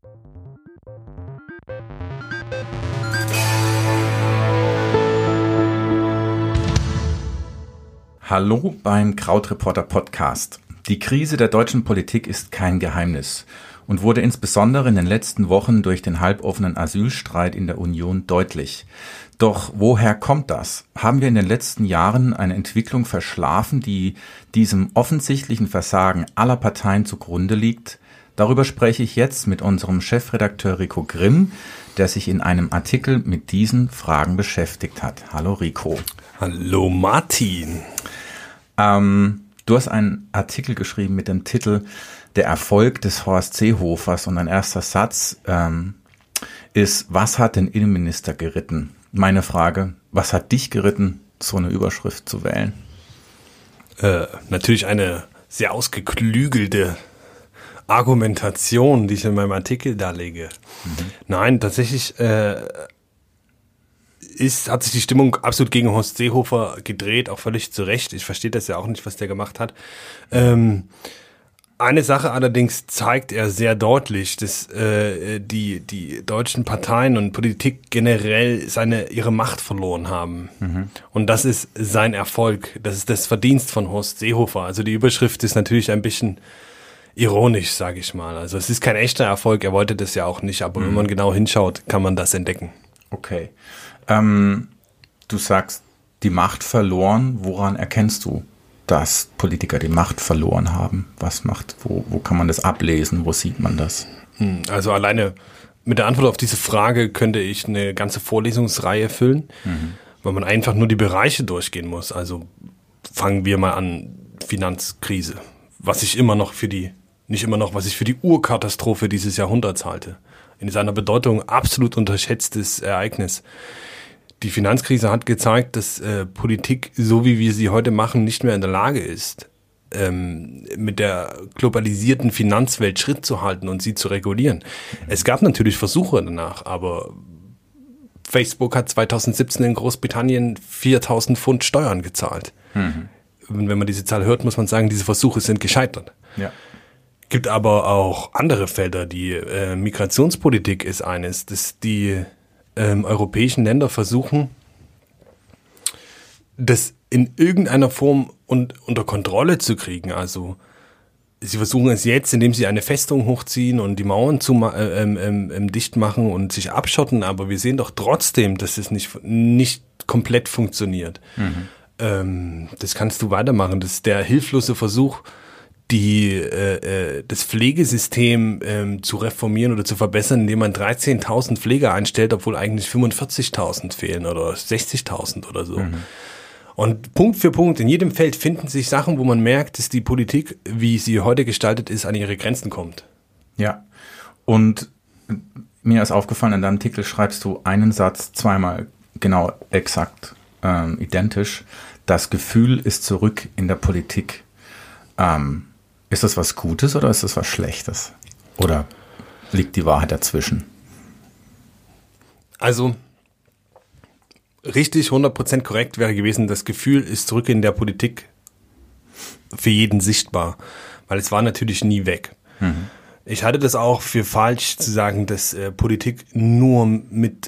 Hallo beim Krautreporter Podcast. Die Krise der deutschen Politik ist kein Geheimnis und wurde insbesondere in den letzten Wochen durch den halboffenen Asylstreit in der Union deutlich. Doch woher kommt das? Haben wir in den letzten Jahren eine Entwicklung verschlafen, die diesem offensichtlichen Versagen aller Parteien zugrunde liegt? Darüber spreche ich jetzt mit unserem Chefredakteur Rico Grimm, der sich in einem Artikel mit diesen Fragen beschäftigt hat. Hallo Rico. Hallo Martin. Du hast einen Artikel geschrieben mit dem Titel Der Erfolg des Horst Seehofers und ein erster Satz ist, was hat den Innenminister geritten? Meine Frage, was hat dich geritten, so eine Überschrift zu wählen? Natürlich eine sehr ausgeklügelte Argumentation, die ich in meinem Artikel darlege. Nein, tatsächlich hat sich die Stimmung absolut gegen Horst Seehofer gedreht, auch völlig zu Recht. Ich verstehe das ja auch nicht, was der gemacht hat. Eine Sache allerdings zeigt er sehr deutlich, dass die deutschen Parteien und Politik generell ihre Macht verloren haben. Und das ist sein Erfolg. Das ist das Verdienst von Horst Seehofer. Also die Überschrift ist natürlich ein bisschen ironisch, sage ich mal. Also es ist kein echter Erfolg, er wollte das ja auch nicht, aber wenn man genau hinschaut, kann man das entdecken. Okay. Du sagst, die Macht verloren. Woran erkennst du, dass Politiker die Macht verloren haben? Wo kann man das ablesen? Wo sieht man das? Also alleine mit der Antwort auf diese Frage könnte ich eine ganze Vorlesungsreihe füllen, weil man einfach nur die Bereiche durchgehen muss. Also fangen wir mal an, Finanzkrise, was ich für die Urkatastrophe dieses Jahrhunderts halte. In seiner Bedeutung absolut unterschätztes Ereignis. Die Finanzkrise hat gezeigt, dass Politik, so wie wir sie heute machen, nicht mehr in der Lage ist, mit der globalisierten Finanzwelt Schritt zu halten und sie zu regulieren. Es gab natürlich Versuche danach, aber Facebook hat 2017 in Großbritannien 4.000 Pfund Steuern gezahlt. Wenn man diese Zahl hört, muss man sagen, diese Versuche sind gescheitert. Ja. Gibt aber auch andere Felder. Die Migrationspolitik ist eines, dass die europäischen Länder versuchen, das in irgendeiner Form unter Kontrolle zu kriegen. Also sie versuchen es jetzt, indem sie eine Festung hochziehen und die Mauern dicht machen und sich abschotten, aber wir sehen doch trotzdem, dass es nicht komplett funktioniert. Das kannst du weitermachen. Das ist der hilflose Versuch, das Pflegesystem zu reformieren oder zu verbessern, indem man 13.000 Pfleger einstellt, obwohl eigentlich 45.000 fehlen oder 60.000 oder so. Und Punkt für Punkt, in jedem Feld finden sich Sachen, wo man merkt, dass die Politik, wie sie heute gestaltet ist, an ihre Grenzen kommt. Ja, und mir ist aufgefallen, in deinem Artikel schreibst du einen Satz zweimal genau exakt identisch. Das Gefühl ist zurück in der Politik. Ist das was Gutes oder ist das was Schlechtes? Oder liegt die Wahrheit dazwischen? Also, richtig 100% korrekt wäre gewesen, das Gefühl ist zurück in der Politik für jeden sichtbar. Weil es war natürlich nie weg. Ich halte das auch für falsch zu sagen, dass Politik nur mit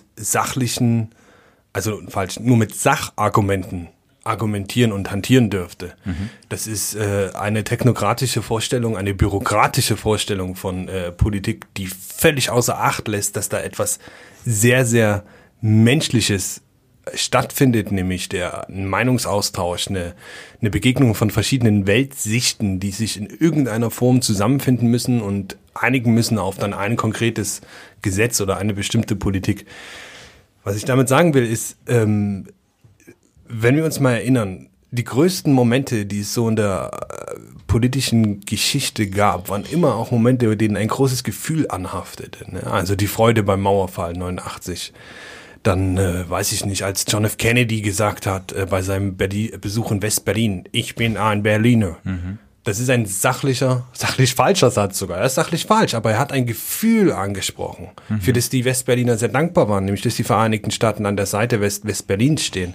nur mit Sachargumenten argumentieren und hantieren dürfte. Das ist eine technokratische Vorstellung, eine bürokratische Vorstellung von Politik, die völlig außer Acht lässt, dass da etwas sehr, sehr Menschliches stattfindet, nämlich der Meinungsaustausch, eine Begegnung von verschiedenen Weltsichten, die sich in irgendeiner Form zusammenfinden müssen und einigen müssen auf dann ein konkretes Gesetz oder eine bestimmte Politik. Was ich damit sagen will, ist, wenn wir uns mal erinnern, die größten Momente, die es so in der politischen Geschichte gab, waren immer auch Momente, über denen ein großes Gefühl anhaftete. Ne? Also die Freude beim Mauerfall 89. Dann, weiß ich nicht, als John F. Kennedy gesagt hat, bei seinem Besuch in West-Berlin, ich bin ein Berliner. Das ist ein sachlich falscher Satz sogar. Er ist sachlich falsch, aber er hat ein Gefühl angesprochen, für das die Westberliner sehr dankbar waren, nämlich dass die Vereinigten Staaten an der Seite Westberlins stehen.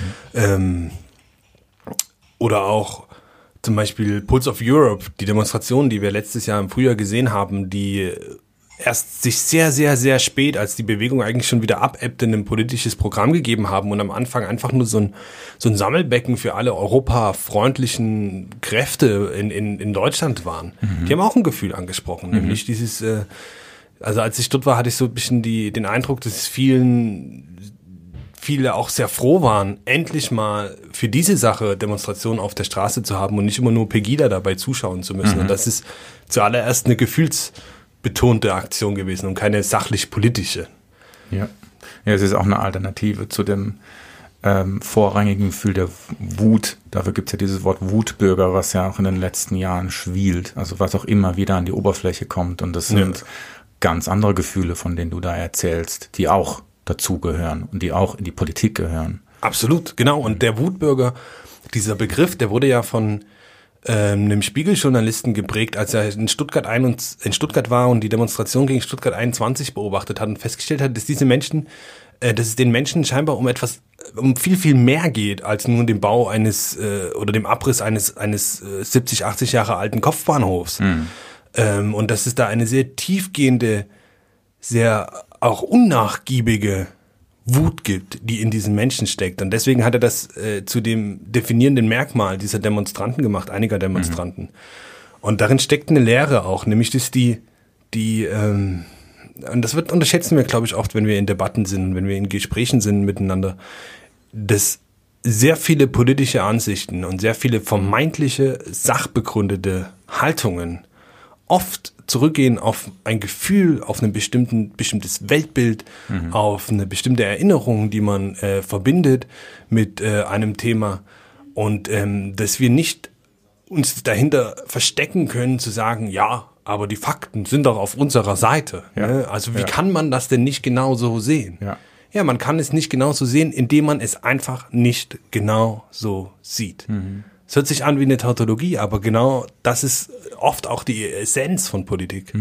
Oder auch zum Beispiel Pulse of Europe, die Demonstrationen, die wir letztes Jahr im Frühjahr gesehen haben, die erst sich sehr, sehr, sehr spät, als die Bewegung eigentlich schon wieder abebbte, ein politisches Programm gegeben haben und am Anfang einfach nur so ein Sammelbecken für alle europafreundlichen Kräfte in Deutschland waren. Die haben auch ein Gefühl angesprochen, nämlich dieses, also als ich dort war, hatte ich so ein bisschen den Eindruck, dass es viele auch sehr froh waren, endlich mal für diese Sache Demonstrationen auf der Straße zu haben und nicht immer nur Pegida dabei zuschauen zu müssen. Und das ist zuallererst eine gefühlsbetonte Aktion gewesen und keine sachlich-politische. Ja, es ist auch eine Alternative zu dem vorrangigen Gefühl der Wut. Dafür gibt es ja dieses Wort Wutbürger, was ja auch in den letzten Jahren schwielt. Also was auch immer wieder an die Oberfläche kommt. Und das sind ganz andere Gefühle, von denen du da erzählst, die auch dazugehören und die auch in die Politik gehören. Absolut, genau. Und der Wutbürger, dieser Begriff, der wurde ja von einem Spiegeljournalisten geprägt, als er in Stuttgart war und die Demonstration gegen Stuttgart 21 beobachtet hat und festgestellt hat, dass dass es den Menschen scheinbar um viel, viel mehr geht, als nur den Bau oder dem Abriss eines 70, 80 Jahre alten Kopfbahnhofs. Und dass es da eine sehr tiefgehende, sehr auch unnachgiebige Wut gibt, die in diesen Menschen steckt. Und deswegen hat er das zu dem definierenden Merkmal dieser Demonstranten gemacht, einiger Demonstranten. Und darin steckt eine Lehre auch, nämlich dass und das unterschätzen wir, glaube ich, oft, wenn wir in Debatten sind, wenn wir in Gesprächen sind miteinander, dass sehr viele politische Ansichten und sehr viele vermeintliche, sachbegründete Haltungen oft zurückgehen auf ein Gefühl, auf ein bestimmtes Weltbild, auf eine bestimmte Erinnerung, die man verbindet mit einem Thema und dass wir nicht uns dahinter verstecken können, zu sagen, ja, aber die Fakten sind doch auf unserer Seite. Ja. Ne? Also wie kann man das denn nicht genau so sehen? Ja, man kann es nicht genau so sehen, indem man es einfach nicht genau so sieht. Es hört sich an wie eine Tautologie, aber genau das ist oft auch die Essenz von Politik.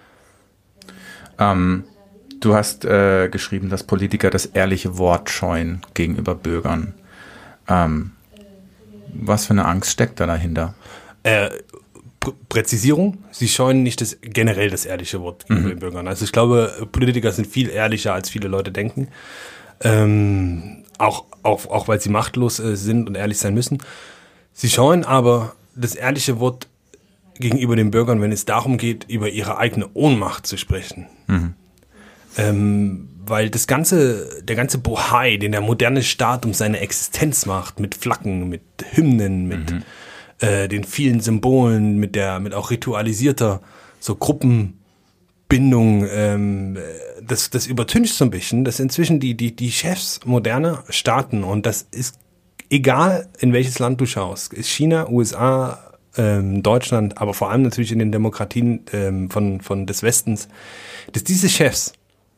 Du hast geschrieben, dass Politiker das ehrliche Wort scheuen gegenüber Bürgern. Was für eine Angst steckt da dahinter? Präzisierung, sie scheuen nicht generell das ehrliche Wort gegenüber den Bürgern. Also ich glaube, Politiker sind viel ehrlicher, als viele Leute denken. Auch weil sie machtlos sind und ehrlich sein müssen. Sie scheuen aber das ehrliche Wort gegenüber den Bürgern, wenn es darum geht, über ihre eigene Ohnmacht zu sprechen. Weil der ganze Bohai, den der moderne Staat um seine Existenz macht, mit Flaggen, mit Hymnen, mit den vielen Symbolen, mit auch ritualisierter so Gruppenbindung, das übertüncht so ein bisschen, dass inzwischen die Chefs moderner Staaten, und das ist egal, in welches Land du schaust, ist China, USA, Deutschland, aber vor allem natürlich in den Demokratien von des Westens, dass diese Chefs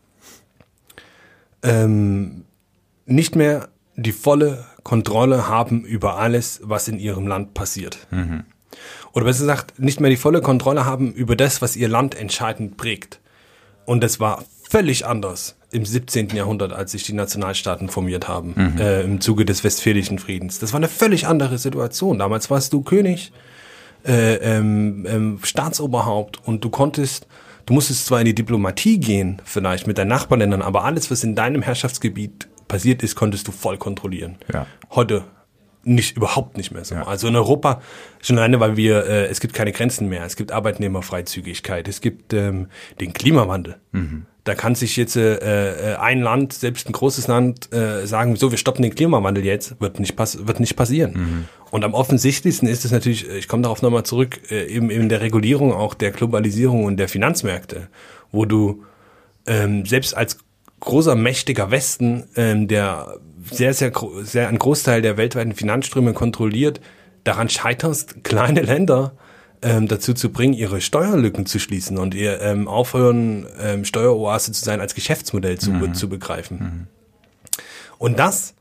nicht mehr die volle Kontrolle haben über alles, was in ihrem Land passiert. Oder besser gesagt, nicht mehr die volle Kontrolle haben über das, was ihr Land entscheidend prägt. Und das war völlig anders im 17. Jahrhundert, als sich die Nationalstaaten formiert haben, im Zuge des Westfälischen Friedens. Das war eine völlig andere Situation. Damals warst du König, Staatsoberhaupt, und du musstest zwar in die Diplomatie gehen, vielleicht mit deinen Nachbarländern, aber alles, was in deinem Herrschaftsgebiet passiert ist, konntest du voll kontrollieren. Ja. Heute überhaupt nicht mehr so. Ja. Also in Europa, schon alleine, weil es gibt keine Grenzen mehr, es gibt Arbeitnehmerfreizügigkeit, es gibt den Klimawandel. Da kann sich jetzt ein Land, selbst ein großes Land, sagen, so, wir stoppen den Klimawandel jetzt, wird nicht passieren. Und am offensichtlichsten ist es natürlich, ich komme darauf nochmal zurück, eben in der Regulierung auch der Globalisierung und der Finanzmärkte, wo du selbst als großer, mächtiger Westen, der sehr einen Großteil der weltweiten Finanzströme kontrolliert, daran scheiterst, kleine Länder dazu zu bringen, ihre Steuerlücken zu schließen und ihr aufhören, Steueroase zu sein, als Geschäftsmodell zu begreifen. Und das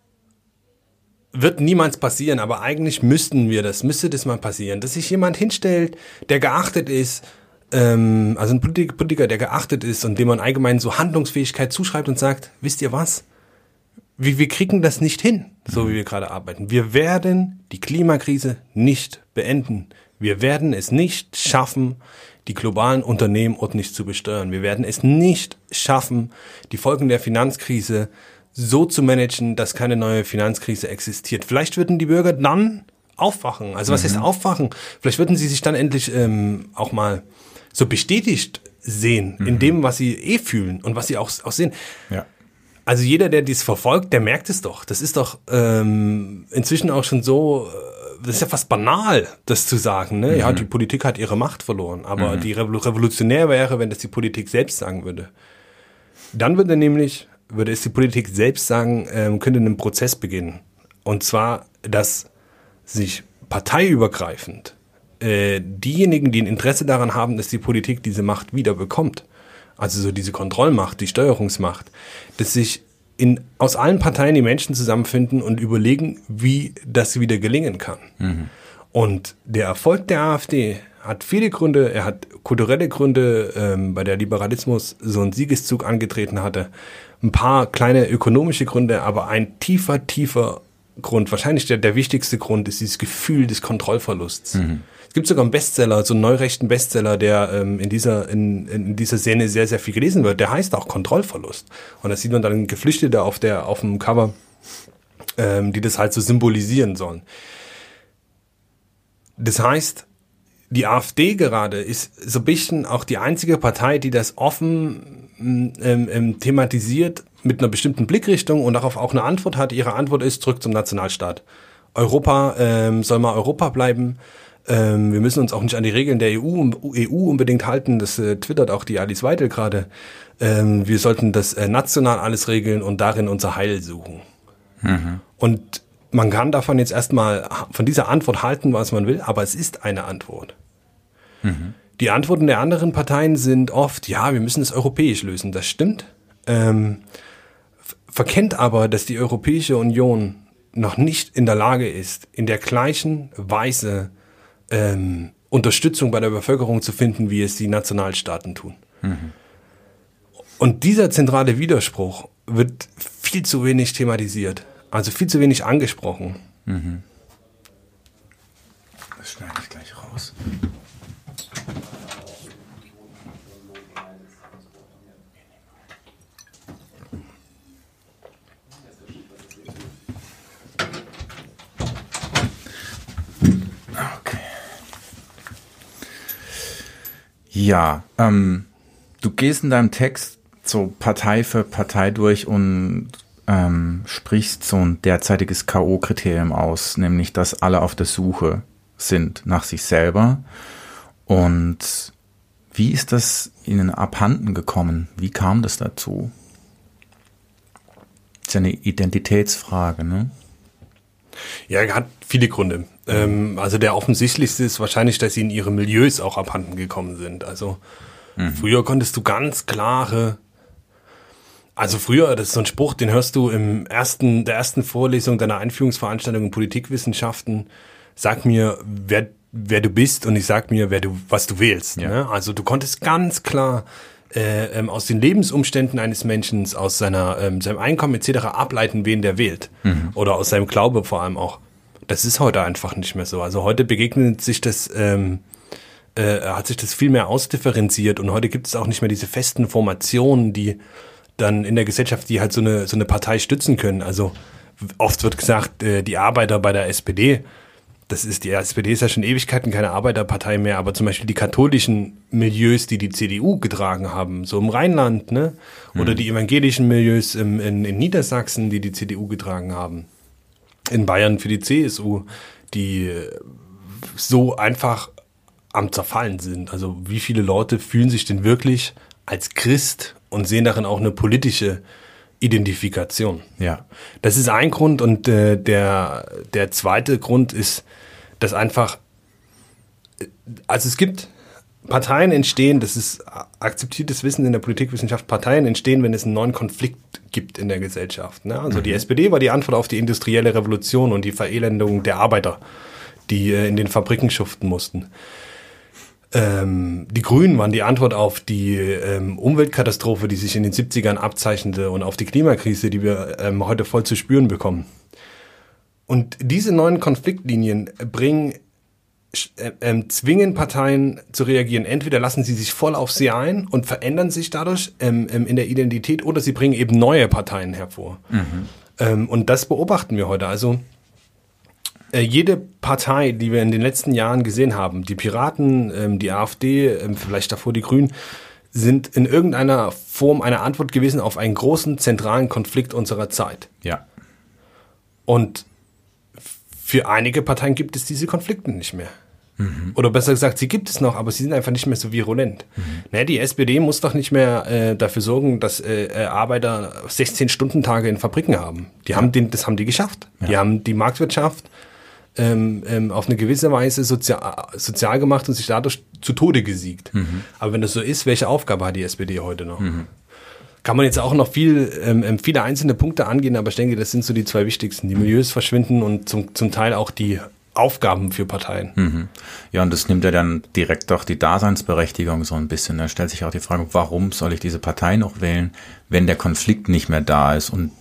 wird niemals passieren, aber eigentlich müsste das mal passieren, dass sich jemand hinstellt, der geachtet ist, also ein Politiker, der geachtet ist und dem man allgemein so Handlungsfähigkeit zuschreibt und sagt, wisst ihr was? Wir kriegen das nicht hin, so wie wir gerade arbeiten. Wir werden die Klimakrise nicht beenden. Wir werden es nicht schaffen, die globalen Unternehmen ordentlich zu besteuern. Wir werden es nicht schaffen, die Folgen der Finanzkrise so zu managen, dass keine neue Finanzkrise existiert. Vielleicht würden die Bürger dann aufwachen. Also was heißt aufwachen? Vielleicht würden sie sich dann endlich auch mal so bestätigt sehen in dem, was sie fühlen und was sie auch sehen. Ja. Also jeder, der dies verfolgt, der merkt es doch. Das ist doch inzwischen auch schon so, das ist ja fast banal, das zu sagen. Ne? Ja, die Politik hat ihre Macht verloren. Aber die revolutionär wäre, wenn das die Politik selbst sagen würde. Dann würde es die Politik selbst sagen, könnte einen Prozess beginnen. Und zwar, dass sich parteiübergreifend diejenigen, die ein Interesse daran haben, dass die Politik diese Macht wieder bekommt, also so diese Kontrollmacht, die Steuerungsmacht, dass sich aus allen Parteien die Menschen zusammenfinden und überlegen, wie das wieder gelingen kann. Und der Erfolg der AfD hat viele Gründe, er hat kulturelle Gründe, bei der Liberalismus so einen Siegeszug angetreten hatte, ein paar kleine ökonomische Gründe, aber ein tiefer Grund, wahrscheinlich der wichtigste Grund, ist dieses Gefühl des Kontrollverlusts. Es gibt sogar einen Bestseller, so einen neurechten Bestseller, der in dieser Szene sehr, sehr viel gelesen wird. Der heißt auch Kontrollverlust. Und da sieht man dann Geflüchtete auf dem Cover, die das halt so symbolisieren sollen. Das heißt, die AfD gerade ist so ein bisschen auch die einzige Partei, die das offen thematisiert mit einer bestimmten Blickrichtung und darauf auch eine Antwort hat. Ihre Antwort ist zurück zum Nationalstaat. Europa soll mal Europa bleiben. Wir müssen uns auch nicht an die Regeln der EU unbedingt halten. Das twittert auch die Alice Weidel gerade. Wir sollten das national alles regeln und darin unser Heil suchen. Und man kann davon jetzt erstmal von dieser Antwort halten, was man will, aber es ist eine Antwort. Die Antworten der anderen Parteien sind oft, ja, wir müssen es europäisch lösen. Das stimmt. Verkennt aber, dass die Europäische Union noch nicht in der Lage ist, in der gleichen Weise Unterstützung bei der Bevölkerung zu finden, wie es die Nationalstaaten tun. Und dieser zentrale Widerspruch wird viel zu wenig thematisiert, also viel zu wenig angesprochen. Das schneide ich gleich raus. Ja, du gehst in deinem Text so Partei für Partei durch und sprichst so ein derzeitiges K.O.-Kriterium aus, nämlich, dass alle auf der Suche sind nach sich selber. Und wie ist das ihnen abhanden gekommen? Wie kam das dazu? Das ist ja eine Identitätsfrage, ne? Ja, hat viele Gründe. Also der offensichtlichste ist wahrscheinlich, dass sie in ihre Milieus auch abhanden gekommen sind. Also früher konntest du ganz klare, das ist so ein Spruch, den hörst du der ersten Vorlesung deiner Einführungsveranstaltung in Politikwissenschaften. Sag mir, wer du bist und ich sag mir, was du wählst. Ja. Ne? Also du konntest ganz klar aus den Lebensumständen eines Menschen, aus seinem Einkommen etc. ableiten, wen der wählt. Oder aus seinem Glaube vor allem auch. Das ist heute einfach nicht mehr so. Also heute hat sich das viel mehr ausdifferenziert und heute gibt es auch nicht mehr diese festen Formationen, die dann in der Gesellschaft, die halt so eine Partei stützen können. Also oft wird gesagt, die Arbeiter bei der SPD, die SPD ist ja schon Ewigkeiten keine Arbeiterpartei mehr, aber zum Beispiel die katholischen Milieus, die CDU getragen haben, so im Rheinland, ne? Oder die evangelischen Milieus in Niedersachsen, die CDU getragen haben. In Bayern für die CSU, die so einfach am Zerfallen sind. Also wie viele Leute fühlen sich denn wirklich als Christ und sehen darin auch eine politische Identifikation? Ja. Das ist ein Grund und der zweite Grund ist, dass einfach, also es gibt Parteien entstehen, das ist akzeptiertes Wissen in der Politikwissenschaft, Parteien entstehen, wenn es einen neuen Konflikt gibt in der Gesellschaft. Ne? Also die SPD war die Antwort auf die industrielle Revolution und die Verelendung der Arbeiter, die in den Fabriken schuften mussten. Die Grünen waren die Antwort auf die Umweltkatastrophe, die sich in den 70ern abzeichnete und auf die Klimakrise, die wir heute voll zu spüren bekommen. Und diese neuen Konfliktlinien bringen zwingen Parteien zu reagieren. Entweder lassen sie sich voll auf sie ein und verändern sich dadurch in der Identität, oder sie bringen eben neue Parteien hervor. Und das beobachten wir heute. Also jede Partei, die wir in den letzten Jahren gesehen haben, die Piraten, die AfD, vielleicht davor die Grünen, sind in irgendeiner Form eine Antwort gewesen auf einen großen zentralen Konflikt unserer Zeit. Ja. Und für einige Parteien gibt es diese Konflikte nicht mehr. Oder besser gesagt, sie gibt es noch, aber sie sind einfach nicht mehr so virulent. Ne, die SPD muss doch nicht mehr dafür sorgen, dass Arbeiter 16-Stunden-Tage in Fabriken haben. Das haben die geschafft. Ja. Die haben die Marktwirtschaft auf eine gewisse Weise sozial gemacht und sich dadurch zu Tode gesiegt. Aber wenn das so ist, welche Aufgabe hat die SPD heute noch? Kann man jetzt auch noch viele einzelne Punkte angehen, aber ich denke, das sind so die zwei wichtigsten. Die Milieus verschwinden und zum Teil auch die Aufgaben für Parteien. Ja, und das nimmt ja dann direkt doch die Daseinsberechtigung so ein bisschen. Da stellt sich auch die Frage, warum soll ich diese Partei noch wählen, wenn der Konflikt nicht mehr da ist? Und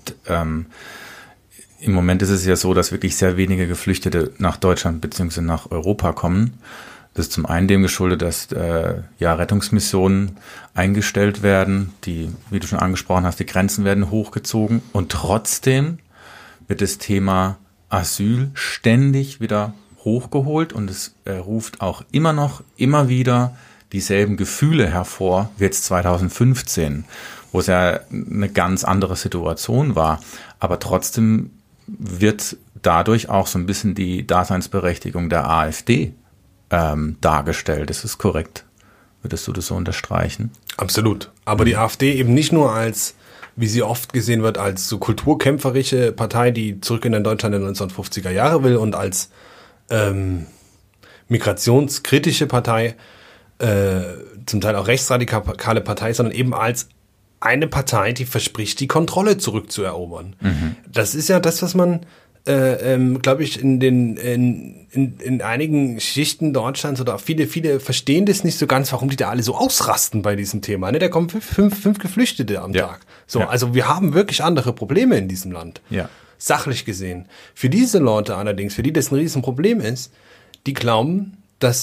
im Moment ist es ja so, dass wirklich sehr wenige Geflüchtete nach Deutschland bzw. nach Europa kommen. Das ist zum einen dem geschuldet, dass Rettungsmissionen eingestellt werden, die, wie du schon angesprochen hast, die Grenzen werden hochgezogen, und trotzdem wird das Thema Asyl ständig wieder hochgeholt, und es ruft auch immer wieder dieselben Gefühle hervor wie jetzt 2015, wo es ja eine ganz andere Situation war. Aber trotzdem wird dadurch auch so ein bisschen die Daseinsberechtigung der AfD dargestellt. Ist es korrekt? Würdest du das so unterstreichen? Absolut. Aber die AfD eben nicht nur als, wie sie oft gesehen wird, als so kulturkämpferische Partei, die zurück in Deutschland der 1950er Jahre will, und als migrationskritische Partei, zum Teil auch rechtsradikale Partei, sondern eben als eine Partei, die verspricht, die Kontrolle zurückzuerobern. Das ist ja das, was man glaube ich, in einigen Schichten Deutschlands, oder viele verstehen das nicht so ganz, warum die da alle so ausrasten bei diesem Thema. Ne? Da kommen fünf Geflüchtete am Tag. So, also wir haben wirklich andere Probleme in diesem Land. Ja. Sachlich gesehen. Für diese Leute allerdings, für die das ein Riesenproblem ist, die glauben, dass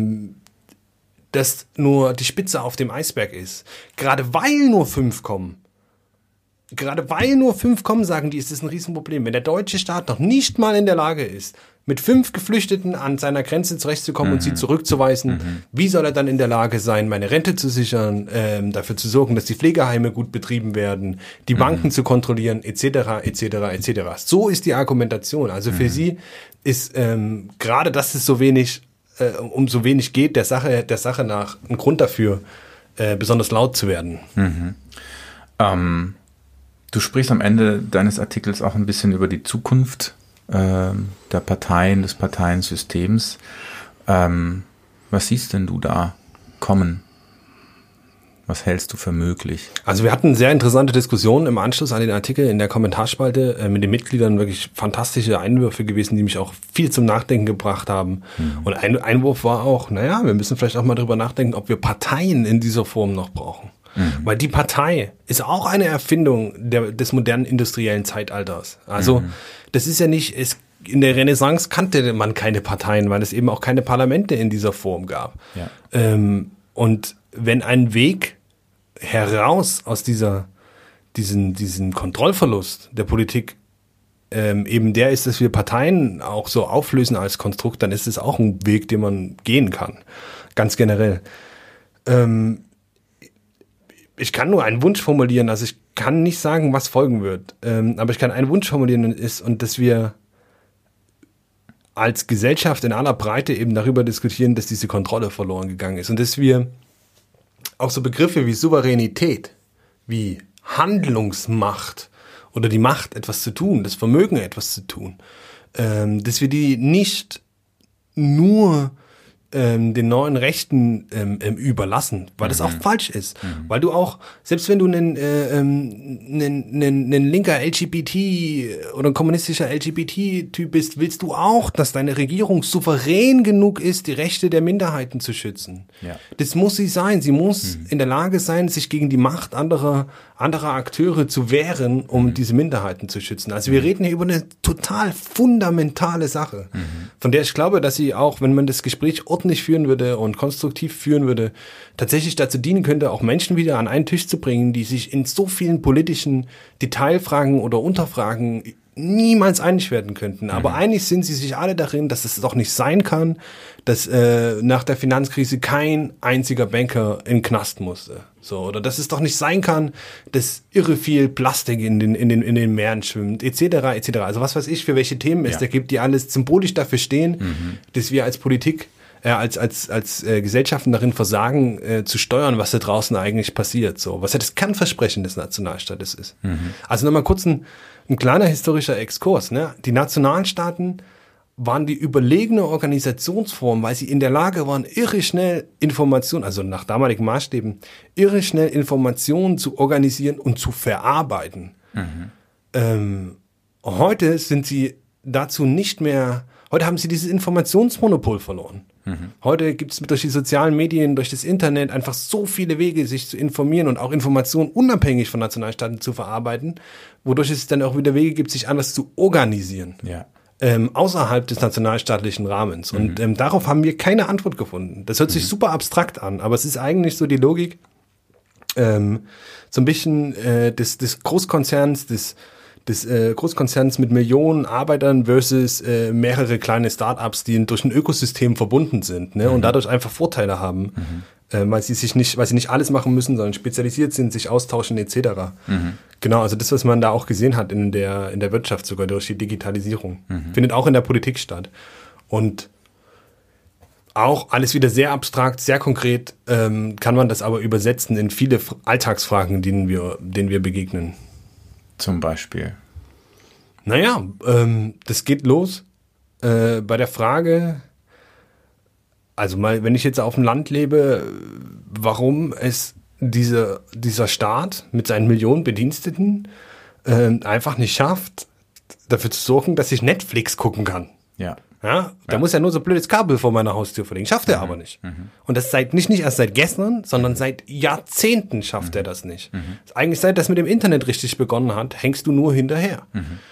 das nur die Spitze auf dem Eisberg ist. Gerade weil nur 5 kommen, sagen die, ist das ein Riesenproblem. Wenn der deutsche Staat noch nicht mal in der Lage ist, mit 5 Geflüchteten an seiner Grenze zurechtzukommen und sie zurückzuweisen, wie soll er dann in der Lage sein, meine Rente zu sichern, dafür zu sorgen, dass die Pflegeheime gut betrieben werden, die Banken zu kontrollieren, etc., etc., etc. So ist die Argumentation. Also für sie ist gerade, dass es so wenig, um so wenig geht, der Sache nach ein Grund dafür, besonders laut zu werden. Du sprichst am Ende deines Artikels auch ein bisschen über die Zukunft der Parteien, des Parteiensystems. Was siehst denn du da kommen? Was hältst du für möglich? Also wir hatten sehr interessante Diskussionen im Anschluss an den Artikel in der Kommentarspalte mit den Mitgliedern, wirklich fantastische Einwürfe gewesen, die mich auch viel zum Nachdenken gebracht haben. Und ein Einwurf war auch, wir müssen vielleicht auch mal drüber nachdenken, ob wir Parteien in dieser Form noch brauchen. Weil die Partei ist auch eine Erfindung des modernen industriellen Zeitalters. Also das ist ja nicht, in der Renaissance kannte man keine Parteien, weil es eben auch keine Parlamente in dieser Form gab. Ja. Und wenn ein Weg heraus aus diesen Kontrollverlust der Politik eben der ist, dass wir Parteien auch so auflösen als Konstrukt, dann ist es auch ein Weg, den man gehen kann. Ganz generell. Ich kann nur einen Wunsch formulieren, also ich kann nicht sagen, was folgen wird, aber ich kann einen Wunsch formulieren, dass wir als Gesellschaft in aller Breite eben darüber diskutieren, dass diese Kontrolle verloren gegangen ist und dass wir auch so Begriffe wie Souveränität, wie Handlungsmacht oder die Macht, etwas zu tun, das Vermögen, etwas zu tun, dass wir die nicht nur den neuen Rechten überlassen, weil das auch falsch ist. Weil du auch, selbst wenn du einen linker LGBT oder ein kommunistischer LGBT-Typ bist, willst du auch, dass deine Regierung souverän genug ist, die Rechte der Minderheiten zu schützen. Ja. Das muss sie sein. Sie muss in der Lage sein, sich gegen die Macht anderer Akteure zu wehren, um diese Minderheiten zu schützen. Also wir reden hier über eine total fundamentale Sache, von der ich glaube, dass sie auch, wenn man das Gespräch ordentlich führen würde und konstruktiv führen würde, tatsächlich dazu dienen könnte, auch Menschen wieder an einen Tisch zu bringen, die sich in so vielen politischen Detailfragen oder Unterfragen niemals einig werden könnten. Aber einig sind sie sich alle darin, dass es doch nicht sein kann, dass nach der Finanzkrise kein einziger Banker in den Knast musste. So, oder dass es doch nicht sein kann, dass irre viel Plastik in den Meeren schwimmt, etc. Also was weiß ich, für welche Themen es da gibt, die alles symbolisch dafür stehen, dass wir als Politik als Gesellschaften darin versagen, zu steuern, was da draußen eigentlich passiert. So, was ja das Kernversprechen des Nationalstaates ist. Also nochmal kurz ein kleiner historischer Exkurs. Ne? Die Nationalstaaten waren die überlegene Organisationsform, weil sie in der Lage waren, irre schnell Informationen, also nach damaligen Maßstäben, irre schnell Informationen zu organisieren und zu verarbeiten. Heute sind sie dazu nicht mehr, heute haben sie dieses Informationsmonopol verloren. Heute gibt es durch die sozialen Medien, durch das Internet einfach so viele Wege, sich zu informieren und auch Informationen unabhängig von Nationalstaaten zu verarbeiten, wodurch es dann auch wieder Wege gibt, sich anders zu organisieren. Ja. Außerhalb des nationalstaatlichen Rahmens. Und darauf haben wir keine Antwort gefunden. Das hört sich super abstrakt an, aber es ist eigentlich so die Logik so ein bisschen des Großkonzerns, des Großkonzerns mit Millionen Arbeitern versus mehrere kleine Startups, die durch ein Ökosystem verbunden sind, ne, und dadurch einfach Vorteile haben, weil sie nicht alles machen müssen, sondern spezialisiert sind, sich austauschen etc. Genau, also das, was man da auch gesehen hat in der Wirtschaft sogar durch die Digitalisierung, findet auch in der Politik statt. Und auch alles wieder sehr abstrakt, sehr konkret, kann man das aber übersetzen in viele Alltagsfragen, denen wir begegnen. Zum Beispiel? Naja, das geht los bei der Frage, also mal, wenn ich jetzt auf dem Land lebe, warum es dieser Staat mit seinen Millionen Bediensteten einfach nicht schafft, dafür zu sorgen, dass ich Netflix gucken kann. Ja. Ja, da muss ja nur so ein blödes Kabel vor meiner Haustür verlegen. Schafft er aber nicht. Und das nicht erst seit gestern, sondern seit Jahrzehnten schafft er das nicht. Eigentlich seit das mit dem Internet richtig begonnen hat, hängst du nur hinterher.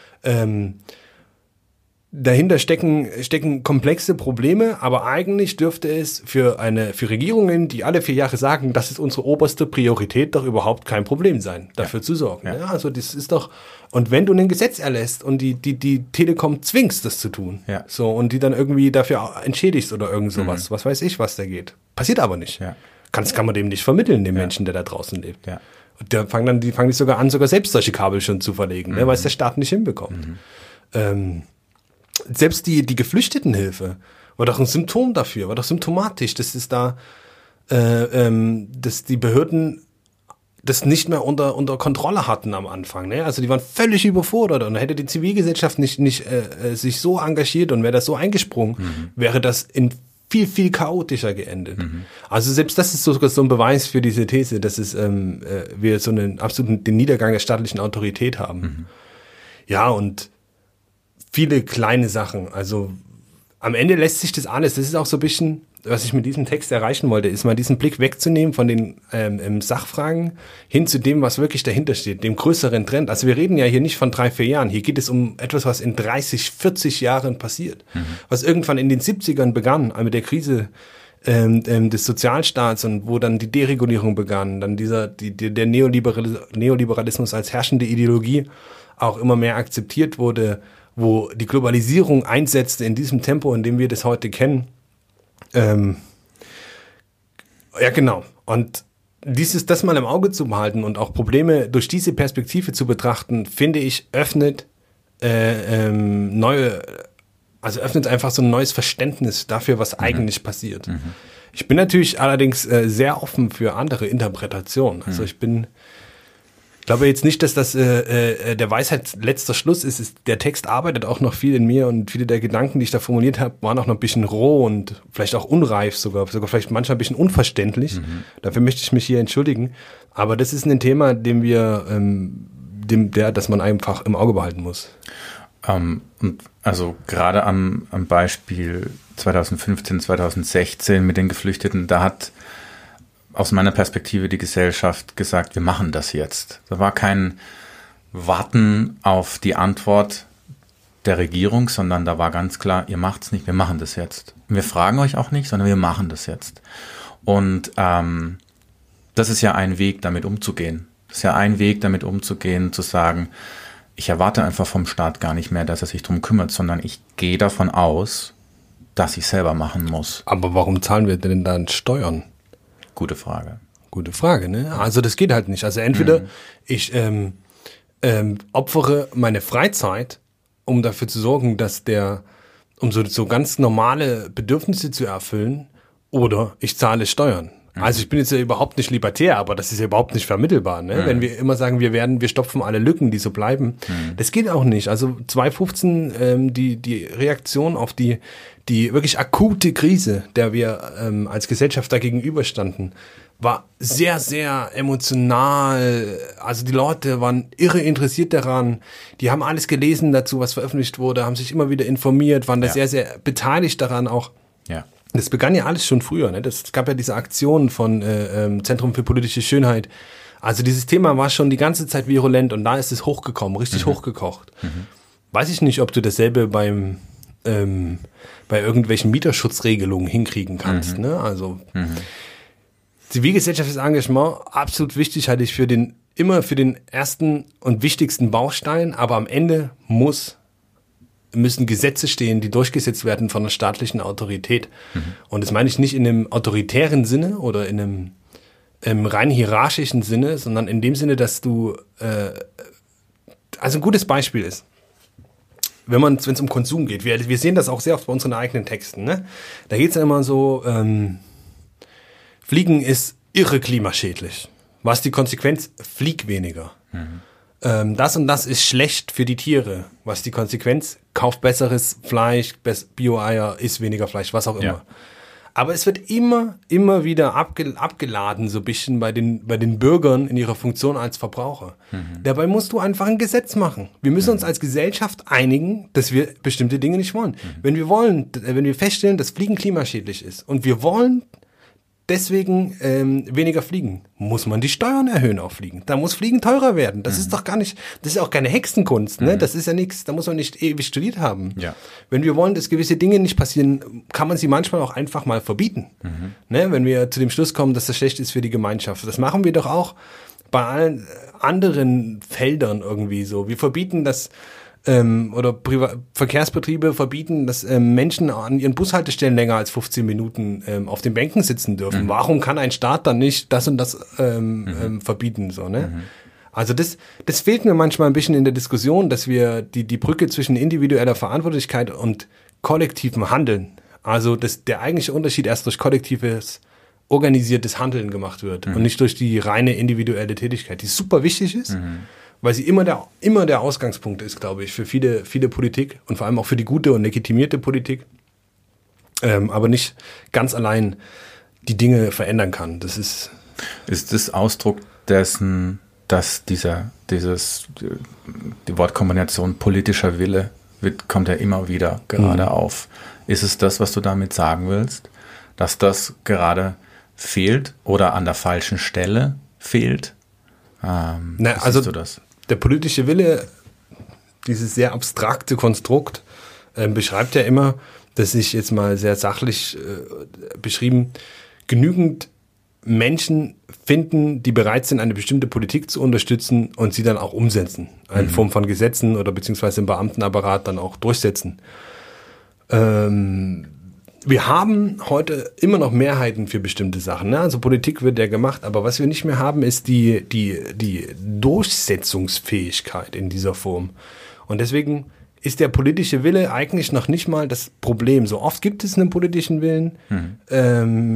Dahinter stecken komplexe Probleme, aber eigentlich dürfte es für Regierungen, die alle 4 Jahre sagen, das ist unsere oberste Priorität, doch überhaupt kein Problem sein, dafür zu sorgen. Ja. Ja, also das ist doch, und wenn du ein Gesetz erlässt und die Telekom zwingst, das zu tun, so, und die dann irgendwie dafür entschädigst oder irgend sowas, was weiß ich, was da geht. Passiert aber nicht. Ja. Kann man dem nicht vermitteln, dem Menschen, der da draußen lebt. Ja. Und die fangen sogar an, selbst solche Kabel schon zu verlegen, ne, weil es der Staat nicht hinbekommt. Selbst die Geflüchtetenhilfe war doch ein Symptom dafür, war doch symptomatisch, dass es da, dass die Behörden das nicht mehr unter Kontrolle hatten am Anfang. Ne? Also die waren völlig überfordert und hätte die Zivilgesellschaft nicht sich so engagiert und wäre das so eingesprungen, wäre das in viel, viel chaotischer geendet. Also selbst das ist sogar so ein Beweis für diese These, dass wir so einen absoluten den Niedergang der staatlichen Autorität haben. Ja, und viele kleine Sachen. Also am Ende lässt sich das alles, das ist auch so ein bisschen, was ich mit diesem Text erreichen wollte, ist mal diesen Blick wegzunehmen von den Sachfragen hin zu dem, was wirklich dahinter steht, dem größeren Trend. Also wir reden ja hier nicht von 3-4 Jahren, hier geht es um etwas, was in 30, 40 Jahren passiert. Was irgendwann in den 70ern begann, mit der Krise des Sozialstaats und wo dann die Deregulierung begann, dann der Neoliberalismus als herrschende Ideologie auch immer mehr akzeptiert wurde, wo die Globalisierung einsetzte in diesem Tempo, in dem wir das heute kennen. Ja, genau. Und das mal im Auge zu behalten und auch Probleme durch diese Perspektive zu betrachten, finde ich, öffnet einfach so ein neues Verständnis dafür, was eigentlich passiert. Ich bin natürlich allerdings sehr offen für andere Interpretationen. Also ich bin glaube jetzt nicht, dass das der Weisheit letzter Schluss ist. Der Text arbeitet auch noch viel in mir und viele der Gedanken, die ich da formuliert habe, waren auch noch ein bisschen roh und vielleicht auch unreif sogar vielleicht manchmal ein bisschen unverständlich. Dafür möchte ich mich hier entschuldigen. Aber das ist ein Thema, das man einfach im Auge behalten muss. Und also gerade am Beispiel 2015, 2016 mit den Geflüchteten, da hat aus meiner Perspektive die Gesellschaft gesagt, wir machen das jetzt. Da war kein Warten auf die Antwort der Regierung, sondern da war ganz klar, ihr macht's nicht, wir machen das jetzt. Wir fragen euch auch nicht, sondern wir machen das jetzt. Und das ist ja ein Weg, damit umzugehen. Das ist ja ein Weg, damit umzugehen, zu sagen, ich erwarte einfach vom Staat gar nicht mehr, dass er sich drum kümmert, sondern ich gehe davon aus, dass ich selber machen muss. Aber warum zahlen wir denn dann Steuern? Gute Frage. Gute Frage, ne? Also das geht halt nicht. Also entweder ich opfere meine Freizeit, um dafür zu sorgen, um so ganz normale Bedürfnisse zu erfüllen, oder ich zahle Steuern. Also ich bin jetzt ja überhaupt nicht libertär, aber das ist ja überhaupt nicht vermittelbar, ne? Wenn wir immer sagen, wir stopfen alle Lücken, die so bleiben. Das geht auch nicht. Also 2015, die Reaktion auf die wirklich akute Krise, der wir als Gesellschaft da gegenüberstanden, war sehr, sehr emotional. Also die Leute waren irre interessiert daran. Die haben alles gelesen dazu, was veröffentlicht wurde, haben sich immer wieder informiert, waren da sehr, sehr beteiligt daran auch. Ja. Das begann ja alles schon früher, ne? Es gab ja diese Aktion von Zentrum für politische Schönheit. Also dieses Thema war schon die ganze Zeit virulent und da ist es hochgekommen, richtig hochgekocht. Weiß ich nicht, ob du dasselbe bei irgendwelchen Mieterschutzregelungen hinkriegen kannst. Ne? Also zivilgesellschaftliches Engagement, absolut wichtig, halte ich immer für den ersten und wichtigsten Baustein, aber am Ende müssen Gesetze stehen, die durchgesetzt werden von einer staatlichen Autorität. Und das meine ich nicht in einem autoritären Sinne oder in einem rein hierarchischen Sinne, sondern in dem Sinne, dass du, also ein gutes Beispiel ist, wenn es um Konsum geht. Wir sehen das auch sehr oft bei unseren eigenen Texten. Ne? Da geht es ja immer so, Fliegen ist irre klimaschädlich. Was die Konsequenz? Flieg weniger. Das und das ist schlecht für die Tiere. Was die Konsequenz? Kauf besseres Fleisch, Bio-Eier, isst weniger Fleisch, was auch immer. Ja. Aber es wird immer wieder abgeladen, so ein bisschen bei den Bürgern in ihrer Funktion als Verbraucher. Dabei musst du einfach ein Gesetz machen. Wir müssen uns als Gesellschaft einigen, dass wir bestimmte Dinge nicht wollen. Wenn wir feststellen, dass Fliegen klimaschädlich ist und wir wollen deswegen weniger fliegen, muss man die Steuern erhöhen auf Fliegen. Da muss Fliegen teurer werden. Das ist doch gar nicht, das ist auch keine Hexenkunst, ne? Das ist ja nichts, da muss man nicht ewig studiert haben. Ja. Wenn wir wollen, dass gewisse Dinge nicht passieren, kann man sie manchmal auch einfach mal verbieten. Ne? Wenn wir zu dem Schluss kommen, dass das schlecht ist für die Gemeinschaft. Das machen wir doch auch bei allen anderen Feldern irgendwie so. Wir verbieten das, oder Verkehrsbetriebe verbieten, dass Menschen an ihren Bushaltestellen länger als 15 Minuten auf den Bänken sitzen dürfen. Warum kann ein Staat dann nicht das und das verbieten? So, ne? Also das fehlt mir manchmal ein bisschen in der Diskussion, dass wir die Brücke zwischen individueller Verantwortlichkeit und kollektivem Handeln, also dass der eigentliche Unterschied erst durch kollektives, organisiertes Handeln gemacht wird und nicht durch die reine individuelle Tätigkeit, die super wichtig ist, weil sie immer der Ausgangspunkt ist, glaube ich, für viele Politik und vor allem auch für die gute und legitimierte Politik, aber nicht ganz allein die Dinge verändern kann. Das ist das Ausdruck dessen, dass die Wortkombination politischer Wille kommt ja immer wieder gerade auf. Ist es das, was du damit sagen willst, dass das gerade fehlt oder an der falschen Stelle fehlt? Also du das? Der politische Wille, dieses sehr abstrakte Konstrukt, beschreibt ja immer, dass sich jetzt mal sehr sachlich beschrieben, genügend Menschen finden, die bereit sind, eine bestimmte Politik zu unterstützen und sie dann auch umsetzen. In Form von Gesetzen oder beziehungsweise im Beamtenapparat dann auch durchsetzen. Wir haben heute immer noch Mehrheiten für bestimmte Sachen. Ne? Also Politik wird ja gemacht, aber was wir nicht mehr haben, ist die Durchsetzungsfähigkeit in dieser Form. Und deswegen ist der politische Wille eigentlich noch nicht mal das Problem. So oft gibt es einen politischen Willen,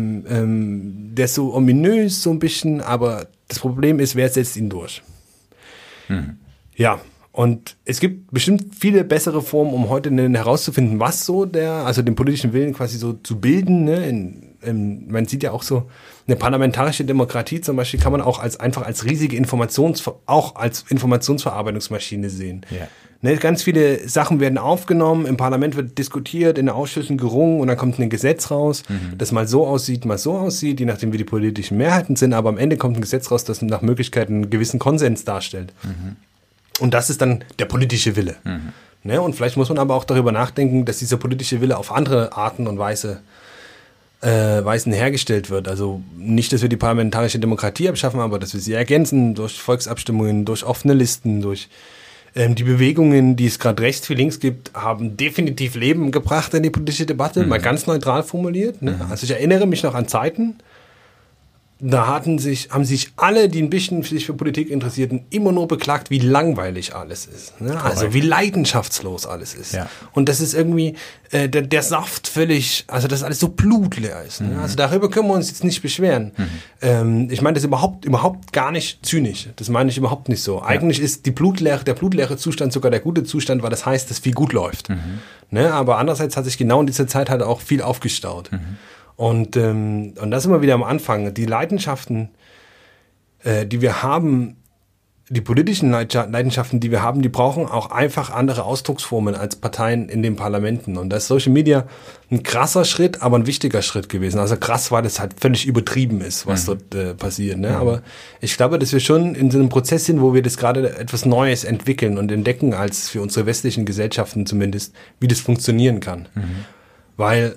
der ist so ominös so ein bisschen, aber das Problem ist, wer setzt ihn durch? Ja, und es gibt bestimmt viele bessere Formen, um heute herauszufinden, was so den politischen Willen quasi so zu bilden. Ne? Man sieht ja auch so, eine parlamentarische Demokratie zum Beispiel kann man auch einfach als riesige Informationsverarbeitungsmaschine sehen. Ja. Ne? Ganz viele Sachen werden aufgenommen, im Parlament wird diskutiert, in den Ausschüssen gerungen und dann kommt ein Gesetz raus, das mal so aussieht, je nachdem wie die politischen Mehrheiten sind, aber am Ende kommt ein Gesetz raus, das nach Möglichkeit einen gewissen Konsens darstellt. Und das ist dann der politische Wille. Ne? Und vielleicht muss man aber auch darüber nachdenken, dass dieser politische Wille auf andere Arten und Weisen hergestellt wird. Also nicht, dass wir die parlamentarische Demokratie abschaffen, aber dass wir sie ergänzen durch Volksabstimmungen, durch offene Listen, durch die Bewegungen, die es gerade rechts wie links gibt, haben definitiv Leben gebracht in die politische Debatte, mal ganz neutral formuliert. Ne? Also ich erinnere mich noch an Zeiten, da haben sich alle, die ein bisschen sich für Politik interessierten, immer nur beklagt, wie langweilig alles ist. Ne? Also wie leidenschaftslos alles ist. Ja. Und das ist irgendwie der Saft völlig, also dass alles so blutleer ist. Ne? Also darüber können wir uns jetzt nicht beschweren. Ich meine das überhaupt gar nicht zynisch. Das meine ich überhaupt nicht so. Eigentlich ist der blutleere Zustand sogar der gute Zustand, weil das heißt, dass viel gut läuft. Ne? Aber andererseits hat sich genau in dieser Zeit halt auch viel aufgestaut. Und das sind wir wieder am Anfang. Die Leidenschaften, die wir haben, die politischen Leidenschaften, die wir haben, die brauchen auch einfach andere Ausdrucksformen als Parteien in den Parlamenten. Und da ist Social Media ein krasser Schritt, aber ein wichtiger Schritt gewesen. Also krass, weil das halt völlig übertrieben ist, was dort passiert. Ne? Aber ich glaube, dass wir schon in so einem Prozess sind, wo wir das gerade etwas Neues entwickeln und entdecken, als für unsere westlichen Gesellschaften zumindest, wie das funktionieren kann. Weil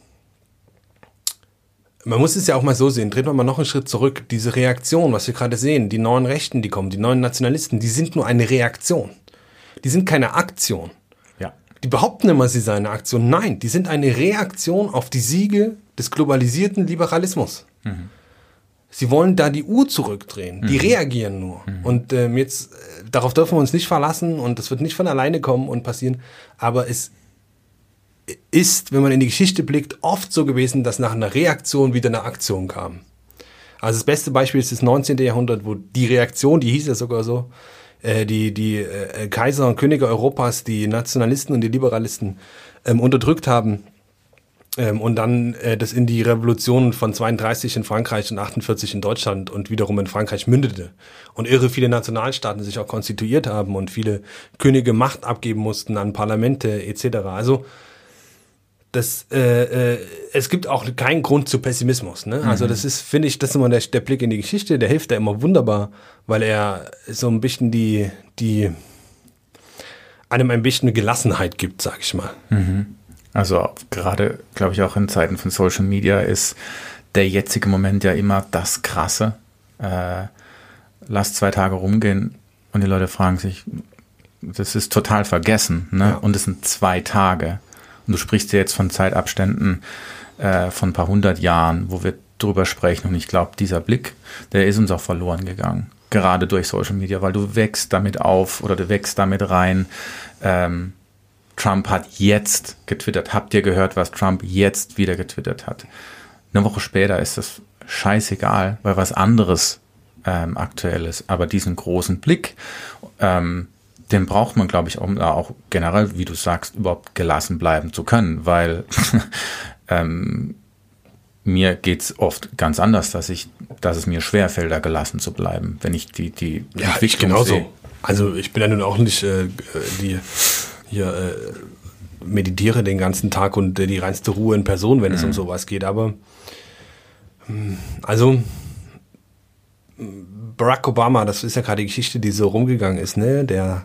man muss es ja auch mal so sehen, treten wir mal noch einen Schritt zurück. Diese Reaktion, was wir gerade sehen, die neuen Rechten, die kommen, die neuen Nationalisten, die sind nur eine Reaktion. Die sind keine Aktion. Ja. Die behaupten immer, sie seien eine Aktion. Nein, die sind eine Reaktion auf die Siege des globalisierten Liberalismus. Sie wollen da die Uhr zurückdrehen. Die reagieren nur. Und jetzt, darauf dürfen wir uns nicht verlassen und das wird nicht von alleine kommen und passieren. Aber es ist, wenn man in die Geschichte blickt, oft so gewesen, dass nach einer Reaktion wieder eine Aktion kam. Also das beste Beispiel ist das 19. Jahrhundert, wo die Reaktion, die hieß ja sogar so, die Kaiser und Könige Europas, die Nationalisten und die Liberalisten unterdrückt haben und dann das in die Revolutionen von 32 in Frankreich und 48 in Deutschland und wiederum in Frankreich mündete. Und irre viele Nationalstaaten sich auch konstituiert haben und viele Könige Macht abgeben mussten an Parlamente etc. Also es gibt auch keinen Grund zu Pessimismus. Ne? Also das ist, finde ich, das ist immer der Blick in die Geschichte, der hilft da immer wunderbar, weil er so ein bisschen einem ein bisschen Gelassenheit gibt, sag ich mal. Also gerade, glaube ich, auch in Zeiten von Social Media ist der jetzige Moment ja immer das Krasse. Lass 2 Tage rumgehen und die Leute fragen sich, das ist total vergessen. Ne? Ja. Und es sind 2 Tage. Und du sprichst ja jetzt von Zeitabständen von ein paar 100 Jahren, wo wir drüber sprechen. Und ich glaube, dieser Blick, der ist uns auch verloren gegangen. Gerade durch Social Media, weil du wächst damit auf oder du wächst damit rein. Trump hat jetzt getwittert. Habt ihr gehört, was Trump jetzt wieder getwittert hat? Eine Woche später ist das scheißegal, weil was anderes aktuell ist. Aber diesen großen Blick, den braucht man, glaube ich, um da auch generell, wie du sagst, überhaupt gelassen bleiben zu können, weil mir geht's oft ganz anders, dass es mir schwerfällt, da gelassen zu bleiben, wenn ich die Entwicklung sehe. Also ich bin ja nun auch nicht meditiere den ganzen Tag und die reinste Ruhe in Person, wenn es um sowas geht, aber also Barack Obama, das ist ja gerade die Geschichte, die so rumgegangen ist, ne? Der,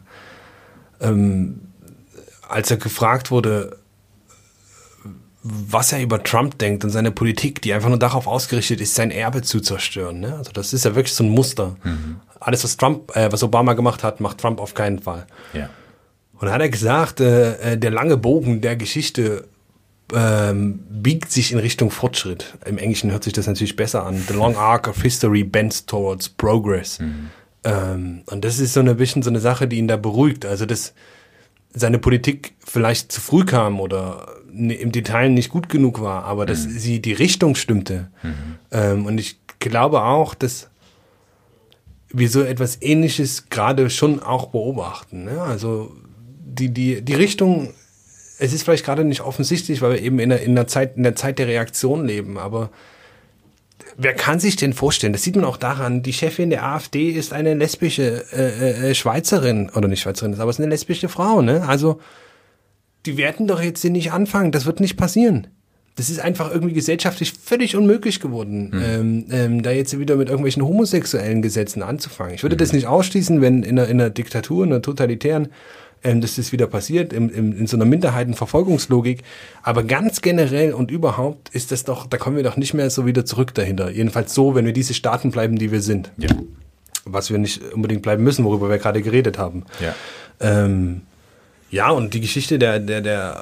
als er gefragt wurde, was er über Trump denkt und seine Politik, die einfach nur darauf ausgerichtet ist, sein Erbe zu zerstören, ne? Also das ist ja wirklich so ein Muster. Alles, was Obama gemacht hat, macht Trump auf keinen Fall. Ja. Und dann hat er gesagt, der lange Bogen der Geschichte biegt sich in Richtung Fortschritt. Im Englischen hört sich das natürlich besser an. The long arc of history bends towards progress. Und das ist so ein bisschen so eine Sache, die ihn da beruhigt. Also, dass seine Politik vielleicht zu früh kam oder im Detail nicht gut genug war, aber dass sie die Richtung stimmte. Und ich glaube auch, dass wir so etwas Ähnliches gerade schon auch beobachten. Ne? Also die Richtung, es ist vielleicht gerade nicht offensichtlich, weil wir eben in der Zeit der Reaktion leben, aber wer kann sich denn vorstellen, das sieht man auch daran, die Chefin der AfD ist eine lesbische Schweizerin, oder nicht Schweizerin, aber es ist eine lesbische Frau, ne? Also die werden doch jetzt nicht anfangen, das wird nicht passieren. Das ist einfach irgendwie gesellschaftlich völlig unmöglich geworden, da jetzt wieder mit irgendwelchen homosexuellen Gesetzen anzufangen. Ich würde das nicht ausschließen, wenn in einer Diktatur, in einer totalitären, dass das wieder passiert, in so einer Minderheitenverfolgungslogik. Aber ganz generell und überhaupt ist das doch, da kommen wir doch nicht mehr so wieder zurück dahinter. Jedenfalls so, wenn wir diese Staaten bleiben, die wir sind. Ja. Was wir nicht unbedingt bleiben müssen, worüber wir gerade geredet haben. Ja, ja, und die Geschichte der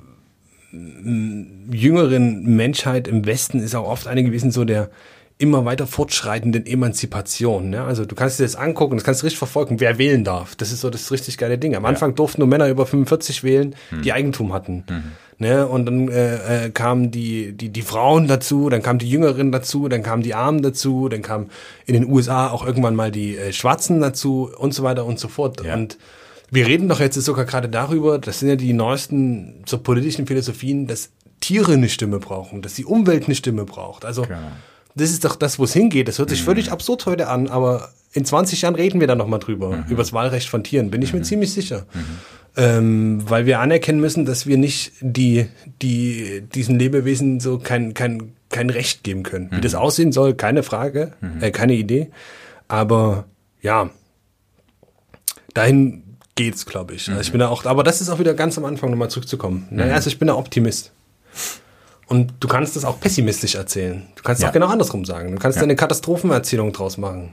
jüngeren Menschheit im Westen ist auch oft eine gewesen, so der immer weiter fortschreitenden Emanzipation. Ne? Also du kannst dir das angucken, das kannst du richtig verfolgen, wer wählen darf. Das ist so das richtig geile Ding. Am Anfang durften nur Männer über 45 wählen, die Eigentum hatten. Ne? Und dann kamen die Frauen dazu, dann kamen die Jüngeren dazu, dann kamen die Armen dazu, dann kamen in den USA auch irgendwann mal die Schwarzen dazu und so weiter und so fort. Ja. Und wir reden doch jetzt sogar gerade darüber, das sind ja die neuesten so politischen Philosophien, dass Tiere eine Stimme brauchen, dass die Umwelt eine Stimme braucht. Also das ist doch das, wo es hingeht. Das hört sich völlig absurd heute an, aber in 20 Jahren reden wir da nochmal drüber, über das Wahlrecht von Tieren, bin ich mir ziemlich sicher. Weil wir anerkennen müssen, dass wir nicht diesen Lebewesen so kein Recht geben können. Wie das aussehen soll, keine Frage, keine Idee. Aber ja, dahin geht's, glaube ich. Also ich bin da auch, aber das ist auch wieder ganz am Anfang nochmal zurückzukommen. Naja, also ich bin da Optimist. Und du kannst das auch pessimistisch erzählen. Du kannst es auch genau andersrum sagen. Du kannst eine Katastrophenerzählung draus machen.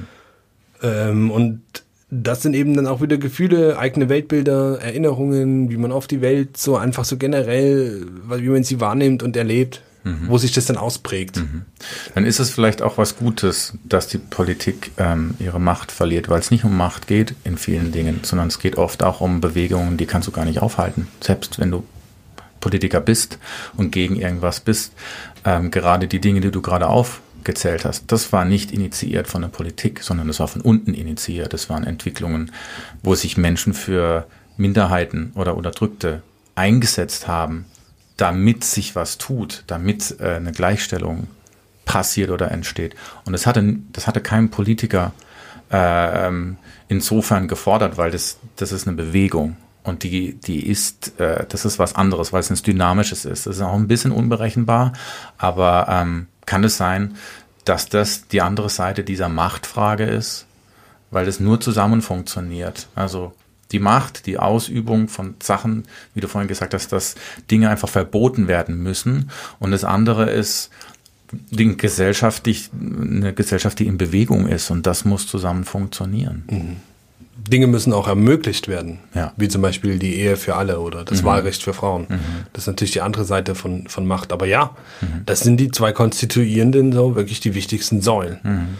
Und das sind eben dann auch wieder Gefühle, eigene Weltbilder, Erinnerungen, wie man auf die Welt so einfach so generell, wie man sie wahrnimmt und erlebt, wo sich das dann ausprägt. Dann ist es vielleicht auch was Gutes, dass die Politik ihre Macht verliert, weil es nicht um Macht geht in vielen Dingen, sondern es geht oft auch um Bewegungen, die kannst du gar nicht aufhalten. Selbst wenn du Politiker bist und gegen irgendwas bist, gerade die Dinge, die du gerade aufgezählt hast, das war nicht initiiert von der Politik, sondern das war von unten initiiert. Das waren Entwicklungen, wo sich Menschen für Minderheiten oder Unterdrückte eingesetzt haben, damit sich was tut, damit eine Gleichstellung passiert oder entsteht. Und das hatte kein Politiker insofern gefordert, weil das ist eine Bewegung. Und das ist was anderes, weil es ein Dynamisches ist. Das ist auch ein bisschen unberechenbar, aber kann es sein, dass das die andere Seite dieser Machtfrage ist, weil es nur zusammen funktioniert. Also die Macht, die Ausübung von Sachen, wie du vorhin gesagt hast, dass Dinge einfach verboten werden müssen. Und das andere ist eine Gesellschaft, die in Bewegung ist, und das muss zusammen funktionieren. Dinge müssen auch ermöglicht werden, wie zum Beispiel die Ehe für alle oder das Wahlrecht für Frauen. Das ist natürlich die andere Seite von Macht. Aber das sind die zwei konstituierenden, so wirklich die wichtigsten Säulen.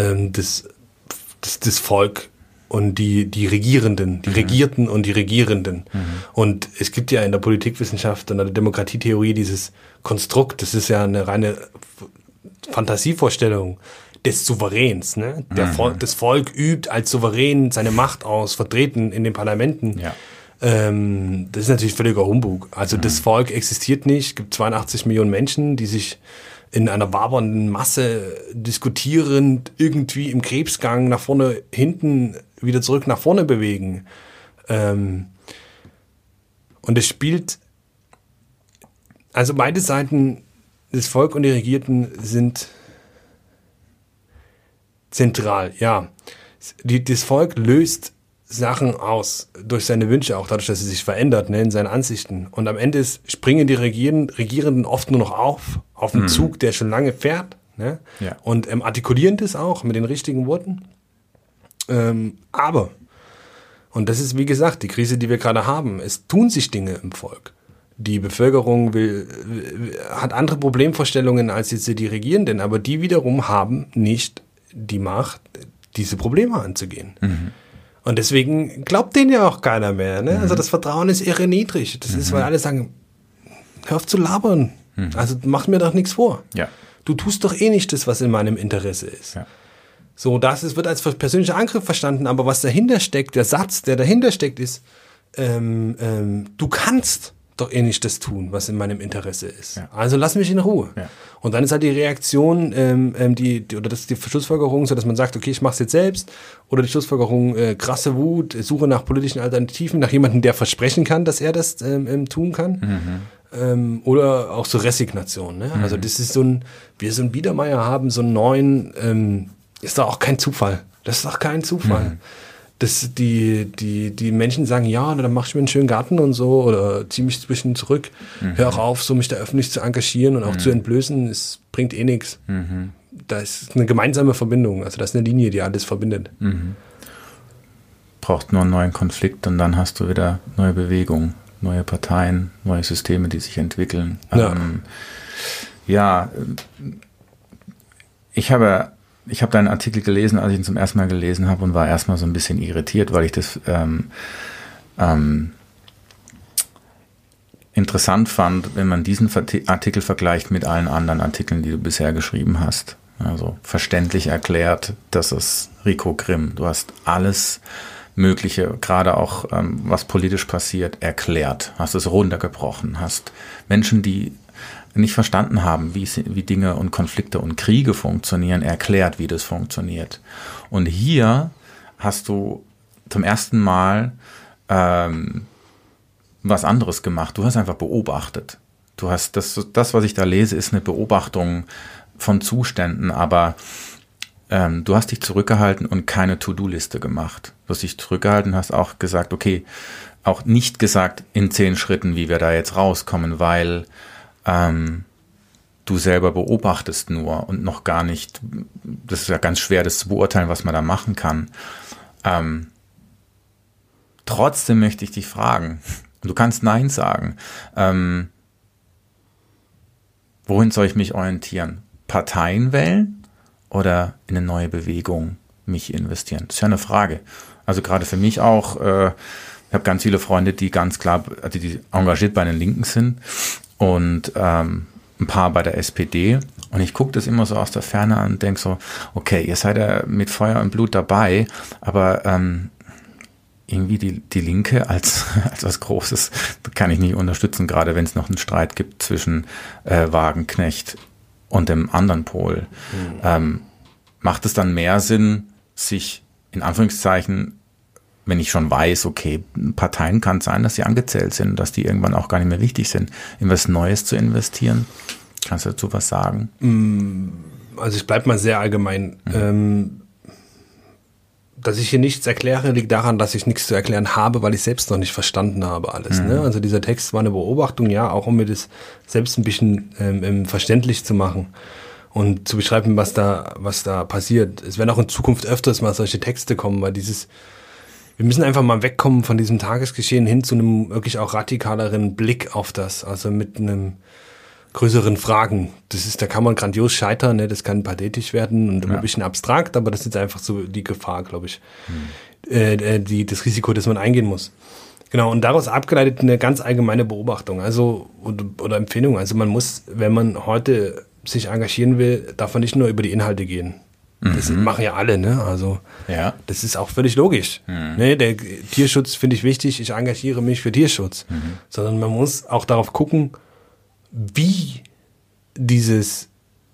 Das Volk und die Regierenden, die Regierten und die Regierenden. Und es gibt ja in der Politikwissenschaft und in der Demokratietheorie dieses Konstrukt, das ist ja eine reine Fantasievorstellung des Souveräns. Ne? Das Volk übt als Souverän seine Macht aus, vertreten in den Parlamenten. Ja. Das ist natürlich völliger Humbug. Also das Volk existiert nicht. Es gibt 82 Millionen Menschen, die sich in einer wabernden Masse diskutierend irgendwie im Krebsgang nach vorne, hinten, wieder zurück nach vorne bewegen. Und es spielt, also beide Seiten, das Volk und die Regierten sind zentral, ja. Das Volk löst Sachen aus durch seine Wünsche, auch dadurch, dass es sich verändert, ne, in seinen Ansichten. Und am Ende springen die Regierenden oft nur noch auf den Zug, der schon lange fährt, ne? Ja. Und artikulieren das auch mit den richtigen Worten. Aber, und das ist wie gesagt die Krise, die wir gerade haben, es tun sich Dinge im Volk. Die Bevölkerung hat andere Problemvorstellungen als jetzt die Regierenden, aber die wiederum haben nicht die Macht, diese Probleme anzugehen. Und deswegen glaubt denen ja auch keiner mehr. Ne? Also das Vertrauen ist irre niedrig. Das ist, weil alle sagen, hör auf zu labern. Also mach mir doch nichts vor. Ja. Du tust doch eh nicht das, was in meinem Interesse ist. Ja. So, wird als persönlicher Angriff verstanden, aber was dahinter steckt, der Satz, der dahinter steckt, ist, du kannst doch eh nicht das tun, was in meinem Interesse ist. Ja. Also lass mich in Ruhe. Ja. Und dann ist halt die Reaktion, das ist die Schlussfolgerung, so dass man sagt, okay, ich mach's jetzt selbst, oder die Schlussfolgerung, krasse Wut, Suche nach politischen Alternativen, nach jemandem, der versprechen kann, dass er das tun kann. Oder auch so Resignation. Ne? Also das ist wir so ein Biedermeier haben, so einen neuen, ist doch auch kein Zufall. Das ist doch kein Zufall. Dass die Menschen sagen, ja, dann mach ich mir einen schönen Garten und so oder zieh mich ein bisschen zurück. Hör auch auf, so mich da öffentlich zu engagieren und auch zu entblößen. Es bringt eh nichts. Da ist eine gemeinsame Verbindung. Also das ist eine Linie, die alles verbindet. Braucht nur einen neuen Konflikt und dann hast du wieder neue Bewegungen, neue Parteien, neue Systeme, die sich entwickeln. Ich habe deinen Artikel gelesen, als ich ihn zum ersten Mal gelesen habe und war erstmal so ein bisschen irritiert, weil ich das interessant fand, wenn man diesen Artikel vergleicht mit allen anderen Artikeln, die du bisher geschrieben hast. Also verständlich erklärt, das ist Rico Grimm. Du hast alles Mögliche, gerade auch was politisch passiert, erklärt. Hast es runtergebrochen, hast Menschen, die nicht verstanden haben, wie Dinge und Konflikte und Kriege funktionieren, erklärt, wie das funktioniert. Und hier hast du zum ersten Mal was anderes gemacht. Du hast einfach beobachtet. Du hast das, was ich da lese, ist eine Beobachtung von Zuständen, aber du hast dich zurückgehalten und keine To-Do-Liste gemacht. Du hast dich zurückgehalten, hast auch gesagt, okay, auch nicht gesagt in 10 Schritten, wie wir da jetzt rauskommen, weil du selber beobachtest nur und noch gar nicht, das ist ja ganz schwer, das zu beurteilen, was man da machen kann. Trotzdem möchte ich dich fragen, du kannst Nein sagen, wohin soll ich mich orientieren? Parteien wählen oder in eine neue Bewegung mich investieren? Das ist ja eine Frage. Also gerade für mich auch, ich habe ganz viele Freunde, die ganz klar, die engagiert bei den Linken sind und ein paar bei der SPD. Und ich gucke das immer so aus der Ferne an und denke so, okay, ihr seid ja mit Feuer und Blut dabei, aber irgendwie die Linke als was Großes kann ich nicht unterstützen, gerade wenn es noch einen Streit gibt zwischen Wagenknecht und dem anderen Pol. Macht es dann mehr Sinn, sich in Anführungszeichen, wenn ich schon weiß, okay, Parteien kann es sein, dass sie angezählt sind, dass die irgendwann auch gar nicht mehr wichtig sind, in was Neues zu investieren? Kannst du dazu was sagen? Also ich bleibe mal sehr allgemein. Dass ich hier nichts erkläre, liegt daran, dass ich nichts zu erklären habe, weil ich selbst noch nicht verstanden habe alles. Ne? Also dieser Text war eine Beobachtung, ja, auch um mir das selbst ein bisschen verständlich zu machen und zu beschreiben, was da passiert. Es werden auch in Zukunft öfters mal solche Texte kommen, weil wir müssen einfach mal wegkommen von diesem Tagesgeschehen hin zu einem wirklich auch radikaleren Blick auf das, also mit einem größeren Fragen. Da kann man grandios scheitern, ne? Das kann pathetisch werden und ein bisschen abstrakt, aber das ist einfach so die Gefahr, glaube ich. Das Risiko, das man eingehen muss. Genau, und daraus abgeleitet eine ganz allgemeine Beobachtung, also oder Empfehlung. Also man muss, wenn man heute sich engagieren will, darf man nicht nur über die Inhalte gehen. Das machen ja alle, ne? Also das ist auch völlig logisch. Ne? Der Tierschutz finde ich wichtig, ich engagiere mich für Tierschutz. Sondern man muss auch darauf gucken, wie dieses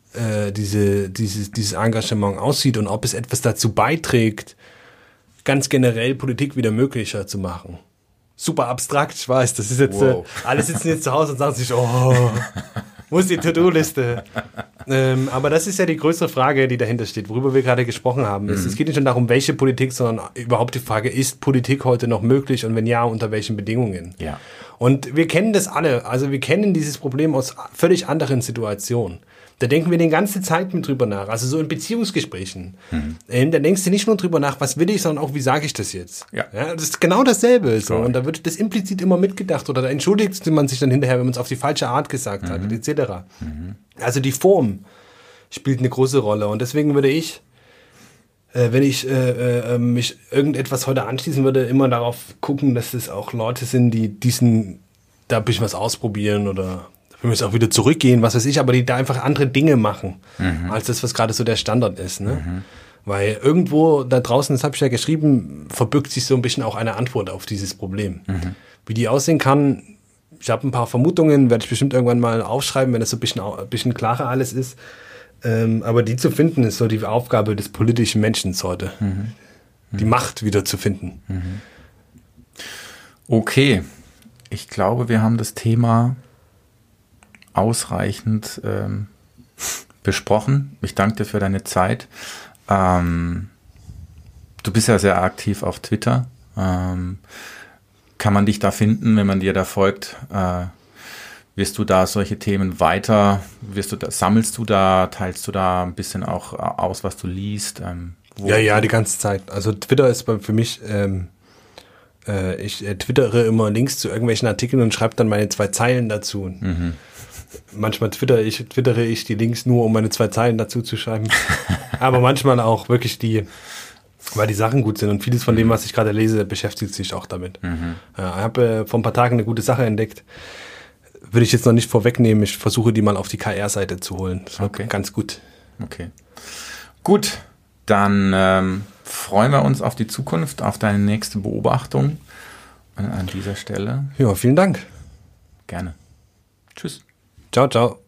Engagement aussieht und ob es etwas dazu beiträgt, ganz generell Politik wieder möglicher zu machen. Super abstrakt, ich weiß, das ist jetzt, alle sitzen jetzt zu Hause und sagen sich, wo ist die To-Do-Liste? Aber das ist ja die größere Frage, die dahinter steht, worüber wir gerade gesprochen haben. Es geht nicht nur darum, welche Politik, sondern überhaupt die Frage, ist Politik heute noch möglich und wenn ja, unter welchen Bedingungen? Ja. Und wir kennen das alle, also wir kennen dieses Problem aus völlig anderen Situationen. Da denken wir die ganze Zeit mit drüber nach, also so in Beziehungsgesprächen. Da denkst du nicht nur drüber nach, was will ich, sondern auch, wie sage ich das jetzt? Ja, das ist genau dasselbe. So. Und da wird das implizit immer mitgedacht oder da entschuldigt man sich dann hinterher, wenn man es auf die falsche Art gesagt hat, etc. Also die Form spielt eine große Rolle und deswegen würde ich, wenn ich mich irgendetwas heute anschließen würde, immer darauf gucken, dass es auch Leute sind, die da ein bisschen was ausprobieren oder wir müssen auch wieder zurückgehen, was weiß ich, aber die da einfach andere Dinge machen, als das, was gerade so der Standard ist. Ne? Weil irgendwo da draußen, das habe ich ja geschrieben, verbirgt sich so ein bisschen auch eine Antwort auf dieses Problem. Wie die aussehen kann, ich habe ein paar Vermutungen, werde ich bestimmt irgendwann mal aufschreiben, wenn es so ein bisschen klarer alles ist. Aber die zu finden, ist so die Aufgabe des politischen Menschen heute. Die Macht wieder zu finden. Okay, ich glaube, wir haben das Thema ausreichend besprochen. Ich danke dir für deine Zeit. Du bist ja sehr aktiv auf Twitter. Kann man dich da finden, wenn man dir da folgt? Wirst du da solche Themen sammelst du da, teilst du da ein bisschen auch aus, was du liest? Ja, die ganze Zeit. Also Twitter ist für mich, ich twittere immer Links zu irgendwelchen Artikeln und schreibe dann meine 2 Zeilen dazu. Manchmal twittere ich die Links nur, um meine 2 Zeilen dazu zu schreiben. Aber manchmal auch wirklich weil die Sachen gut sind und vieles von dem, was ich gerade lese, beschäftigt sich auch damit. Ich habe vor ein paar Tagen eine gute Sache entdeckt. Würde ich jetzt noch nicht vorwegnehmen. Ich versuche, die mal auf die KR-Seite zu holen. Das war ganz gut. Okay. Gut, dann freuen wir uns auf die Zukunft, auf deine nächste Beobachtung an dieser Stelle. Ja, vielen Dank. Gerne. Tschüss. Ciao, ciao.